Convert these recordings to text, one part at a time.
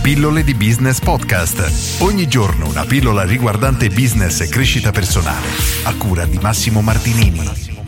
Pillole di Business Podcast. Ogni giorno una pillola riguardante business e crescita personale. A cura di Massimo Martinini.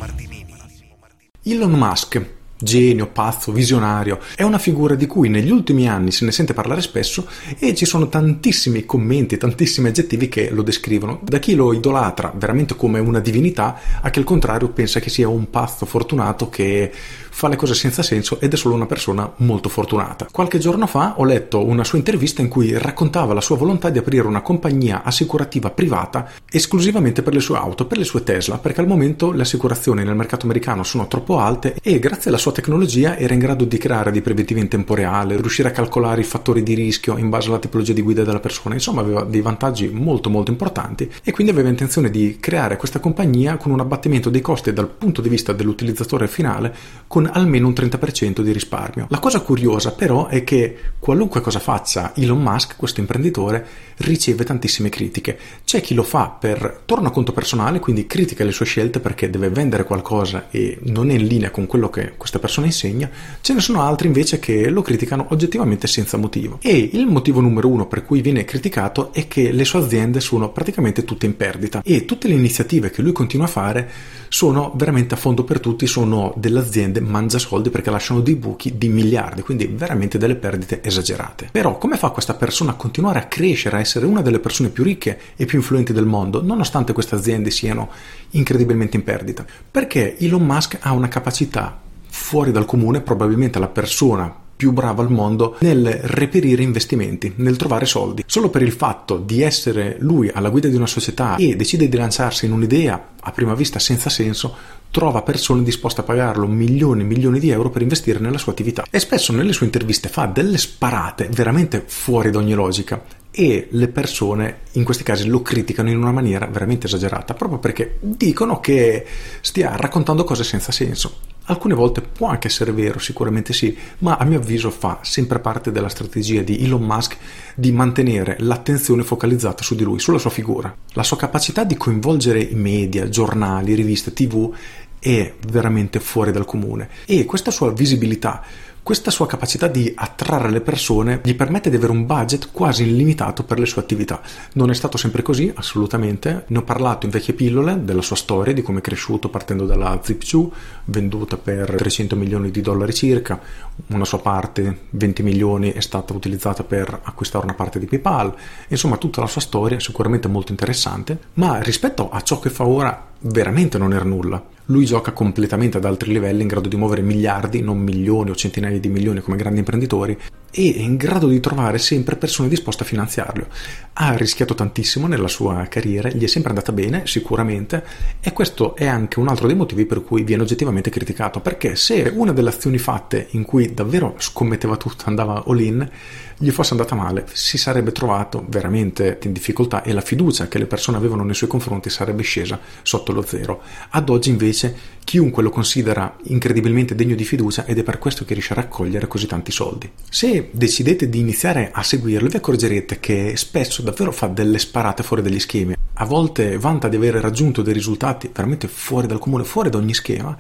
Elon Musk, genio, pazzo, visionario, è una figura di cui negli ultimi anni se ne sente parlare spesso e ci sono tantissimi commenti, tantissimi aggettivi che lo descrivono, da chi lo idolatra veramente come una divinità a chi al contrario pensa che sia un pazzo fortunato che fa le cose senza senso ed è solo una persona molto fortunata. Qualche giorno fa ho letto una sua intervista in cui raccontava la sua volontà di aprire una compagnia assicurativa privata esclusivamente per le sue auto, per le sue Tesla, perché al momento le assicurazioni nel mercato americano sono troppo alte e grazie alla sua tecnologia era in grado di creare dei preventivi in tempo reale, riuscire a calcolare i fattori di rischio in base alla tipologia di guida della persona, insomma aveva dei vantaggi molto importanti e quindi aveva intenzione di creare questa compagnia con un abbattimento dei costi dal punto di vista dell'utilizzatore finale con almeno un 30% di risparmio. La cosa curiosa però è che qualunque cosa faccia Elon Musk, questo imprenditore, riceve tantissime critiche. C'è chi lo fa per tornaconto personale, quindi critica le sue scelte perché deve vendere qualcosa e non è in linea con quello che questa persona insegna. Ce ne sono altri invece che lo criticano oggettivamente senza motivo. E il motivo numero uno per cui viene criticato è che le sue aziende sono praticamente tutte in perdita e tutte le iniziative che lui continua a fare sono veramente a fondo per tutti, sono delle aziende mangiasoldi perché lasciano dei buchi di miliardi, quindi veramente delle perdite esagerate. Però come fa questa persona a continuare a crescere, a essere una delle persone più ricche e più influenti del mondo, nonostante queste aziende siano incredibilmente in perdita? Perché Elon Musk ha una capacità fuori dal comune, probabilmente la persona più brava al mondo nel reperire investimenti, nel trovare soldi. Solo per il fatto di essere lui alla guida di una società e decide di lanciarsi in un'idea a prima vista senza senso, trova persone disposte a pagarlo milioni e milioni di euro per investire nella sua attività. E spesso nelle sue interviste fa delle sparate veramente fuori da ogni logica e le persone in questi casi lo criticano in una maniera veramente esagerata, proprio perché dicono che stia raccontando cose senza senso. Alcune volte può anche essere vero, sicuramente sì, ma a mio avviso fa sempre parte della strategia di Elon Musk di mantenere l'attenzione focalizzata su di lui, sulla sua figura. La sua capacità di coinvolgere i media, giornali, riviste, TV è veramente fuori dal comune e questa sua visibilità, questa sua capacità di attrarre le persone gli permette di avere un budget quasi illimitato per le sue attività. Non è stato sempre così, assolutamente. Ne ho parlato in vecchie pillole della sua storia, di come è cresciuto partendo dalla Zip2, venduta per $300 milioni circa. Una sua parte, 20 milioni, è stata utilizzata per acquistare una parte di PayPal. Insomma, tutta la sua storia è sicuramente molto interessante, ma rispetto a ciò che fa ora veramente non era nulla. Lui gioca completamente ad altri livelli, in grado di muovere miliardi, non milioni o centinaia di milioni come grandi imprenditori, e è in grado di trovare sempre persone disposte a finanziarlo. Ha rischiato tantissimo nella sua carriera, gli è sempre andata bene, sicuramente, e questo è anche un altro dei motivi per cui viene oggettivamente criticato, perché se una delle azioni fatte in cui davvero scommetteva tutto, andava all in, gli fosse andata male, si sarebbe trovato veramente in difficoltà e la fiducia che le persone avevano nei suoi confronti sarebbe scesa sotto lo zero. Ad oggi invece chiunque lo considera incredibilmente degno di fiducia ed è per questo che riesce a raccogliere così tanti soldi. Se decidete di iniziare a seguirlo vi accorgerete che spesso davvero fa delle sparate fuori dagli schemi. A volte vanta di aver raggiunto dei risultati veramente fuori dal comune, fuori da ogni schema.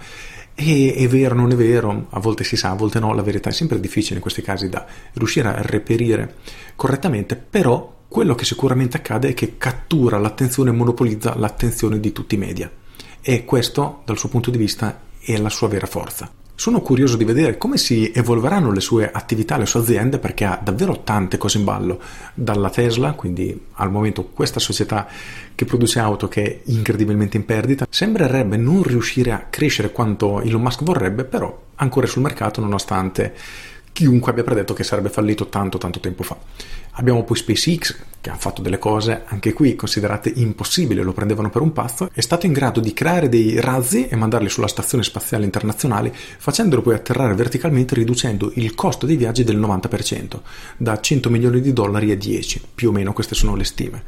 E è vero, non è vero, a volte si sa, a volte no, la verità è sempre difficile in questi casi da riuscire a reperire correttamente, però quello che sicuramente accade è che cattura l'attenzione e monopolizza l'attenzione di tutti i media e questo dal suo punto di vista è la sua vera forza. Sono curioso di vedere come si evolveranno le sue attività, le sue aziende, perché ha davvero tante cose in ballo, dalla Tesla, quindi al momento questa società che produce auto che è incredibilmente in perdita, sembrerebbe non riuscire a crescere quanto Elon Musk vorrebbe, però ancora è sul mercato nonostante chiunque abbia predetto che sarebbe fallito tanto tempo fa. Abbiamo poi SpaceX che ha fatto delle cose anche qui considerate impossibili, lo prendevano per un pazzo, è stato in grado di creare dei razzi e mandarli sulla stazione spaziale internazionale, facendolo poi atterrare verticalmente, riducendo il costo dei viaggi del 90%, da $100 milioni a 10, più o meno queste sono le stime.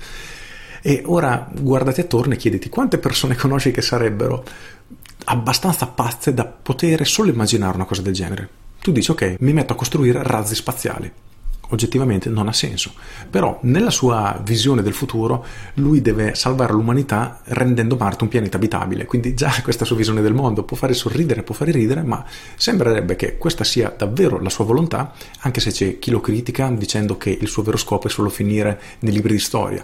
E ora guardati attorno e chiediti quante persone conosci che sarebbero abbastanza pazze da poter solo immaginare una cosa del genere. Tu dici ok, mi metto a costruire razzi spaziali. oggettivamente non ha senso. Però nella sua visione del futuro lui deve salvare l'umanità rendendo Marte un pianeta abitabile, quindi già questa sua visione del mondo può fare sorridere, può fare ridere, ma sembrerebbe che questa sia davvero la sua volontà, anche se c'è chi lo critica dicendo che il suo vero scopo è solo finire nei libri di storia.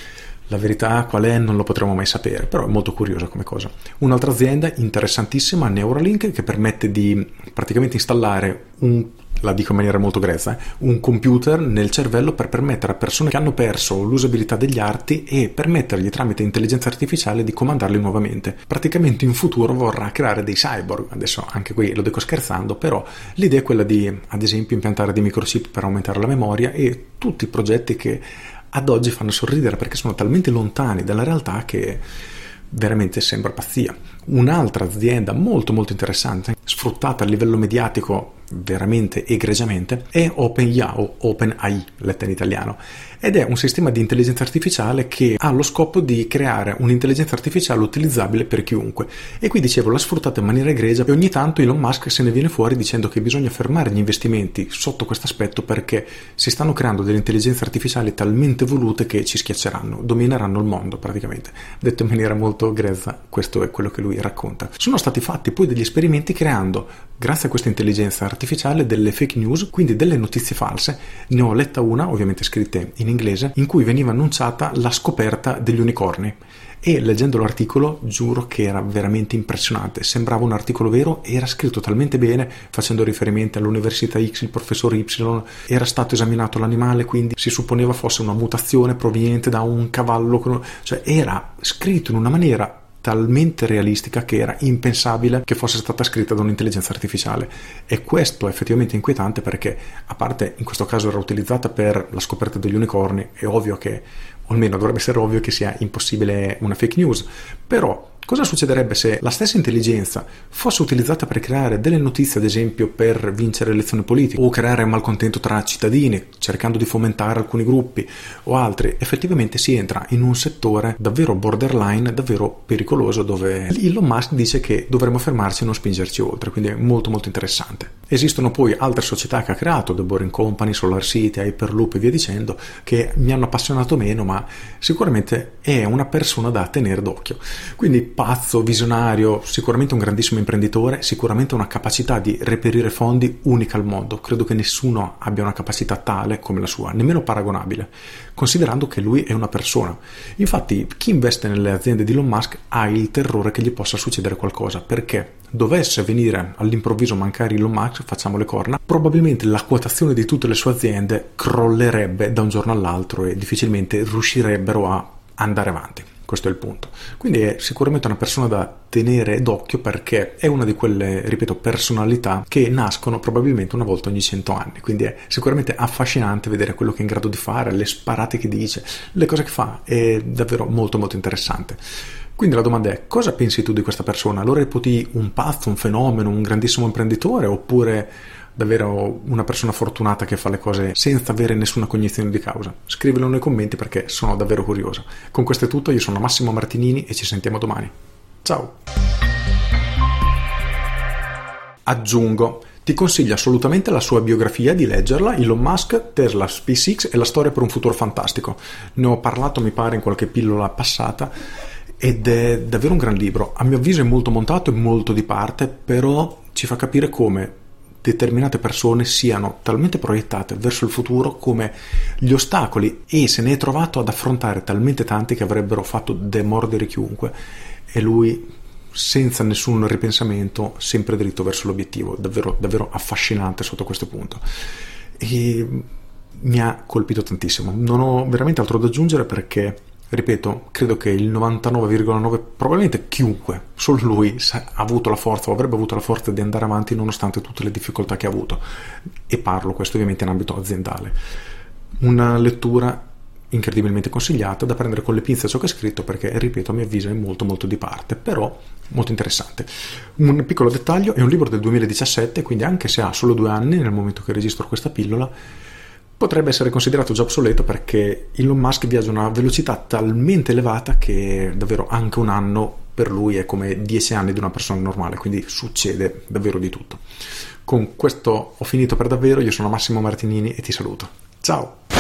La verità qual è non lo potremo mai sapere, però è molto curiosa come cosa. Un'altra azienda interessantissima, Neuralink, che permette di praticamente installare la dico in maniera molto grezza, un computer nel cervello per permettere a persone che hanno perso l'usabilità degli arti e permettergli tramite intelligenza artificiale di comandarli nuovamente. Praticamente in futuro vorrà creare dei cyborg. Adesso anche qui lo dico scherzando, però l'idea è quella di, ad esempio, impiantare dei microchip per aumentare la memoria e tutti i progetti che ad oggi fanno sorridere perché sono talmente lontani dalla realtà che veramente sembra pazzia. Un'altra azienda molto molto interessante, sfruttata a livello mediatico veramente egregiamente, è OpenAI o OpenAI, letta in italiano, ed è un sistema di intelligenza artificiale che ha lo scopo di creare un'intelligenza artificiale utilizzabile per chiunque. E qui dicevo, l'ha sfruttata in maniera egregia e ogni tanto Elon Musk se ne viene fuori dicendo che bisogna fermare gli investimenti sotto questo aspetto perché si stanno creando delle intelligenze artificiali talmente evolute che ci schiacceranno, domineranno il mondo praticamente. Detto in maniera molto grezza, questo è quello che lui racconta. Sono stati fatti poi degli esperimenti creando, grazie a questa intelligenza artificiale, delle fake news, quindi delle notizie false. Ne ho letta una, ovviamente scritte in inglese, in cui veniva annunciata la scoperta degli unicorni. E leggendo l'articolo giuro che era veramente impressionante, sembrava un articolo vero, era scritto talmente bene, facendo riferimenti all'università X, il professor Y, era stato esaminato l'animale, quindi si supponeva fosse una mutazione proveniente da un cavallo, cioè era scritto in una maniera talmente realistica che era impensabile che fosse stata scritta da un'intelligenza artificiale. E questo è effettivamente inquietante perché, a parte in questo caso era utilizzata per la scoperta degli unicorni, è ovvio che, o almeno dovrebbe essere ovvio che sia impossibile una fake news, però cosa succederebbe se la stessa intelligenza fosse utilizzata per creare delle notizie, ad esempio per vincere elezioni politiche o creare un malcontento tra cittadini cercando di fomentare alcuni gruppi o altri? Effettivamente si entra in un settore davvero borderline, davvero pericoloso, dove Elon Musk dice che dovremmo fermarci e non spingerci oltre, quindi è molto molto interessante. Esistono poi altre società che ha creato, The Boring Company, SolarCity, Hyperloop e via dicendo, che mi hanno appassionato meno, ma sicuramente è una persona da tenere d'occhio. Quindi pazzo, visionario, sicuramente un grandissimo imprenditore, sicuramente una capacità di reperire fondi unica al mondo. Credo che nessuno abbia una capacità tale come la sua, nemmeno paragonabile, considerando che lui è una persona. Infatti chi investe nelle aziende di Elon Musk ha il terrore che gli possa succedere qualcosa, perché dovesse venire all'improvviso mancare Elon Musk, facciamo le corna, probabilmente la quotazione di tutte le sue aziende crollerebbe da un giorno all'altro e difficilmente riuscirebbero a andare avanti. Questo è il punto. Quindi è sicuramente una persona da tenere d'occhio perché è una di quelle, ripeto, personalità che nascono probabilmente una volta ogni 100 anni. Quindi è sicuramente affascinante vedere quello che è in grado di fare, le sparate che dice, le cose che fa. È davvero molto molto interessante. Quindi la domanda è: cosa pensi tu di questa persona? Lo reputi un pazzo, un fenomeno, un grandissimo imprenditore, oppure davvero una persona fortunata che fa le cose senza avere nessuna cognizione di causa? Scrivilo nei commenti perché sono davvero curioso. Con questo è tutto, io sono Massimo Martinini e ci sentiamo domani. Ciao! Aggiungo, ti consiglio assolutamente la sua biografia, di leggerla, Elon Musk, Tesla, SpaceX e la storia per un futuro fantastico. Ne ho parlato, mi pare, in qualche pillola passata ed è davvero un gran libro. A mio avviso è molto montato e molto di parte, però ci fa capire come determinate persone siano talmente proiettate verso il futuro come gli ostacoli, e se ne è trovato ad affrontare talmente tanti che avrebbero fatto demordere chiunque, e lui senza nessun ripensamento sempre dritto verso l'obiettivo. Davvero davvero affascinante sotto questo punto, e mi ha colpito tantissimo. Non ho veramente altro da aggiungere perché, ripeto, credo che il 99,9, probabilmente chiunque, solo lui ha avuto la forza o avrebbe avuto la forza di andare avanti nonostante tutte le difficoltà che ha avuto, e parlo questo ovviamente in ambito aziendale. Una lettura incredibilmente consigliata, da prendere con le pinze ciò che è scritto perché, ripeto, a mio avviso è molto molto di parte, però molto interessante. Un piccolo dettaglio: è un libro del 2017, quindi anche se ha solo 2 anni nel momento che registro questa pillola, potrebbe essere considerato già obsoleto perché Elon Musk viaggia a una velocità talmente elevata che davvero anche un anno per lui è come 10 anni di una persona normale, quindi succede davvero di tutto. Con questo ho finito per davvero, io sono Massimo Martinini e ti saluto. Ciao!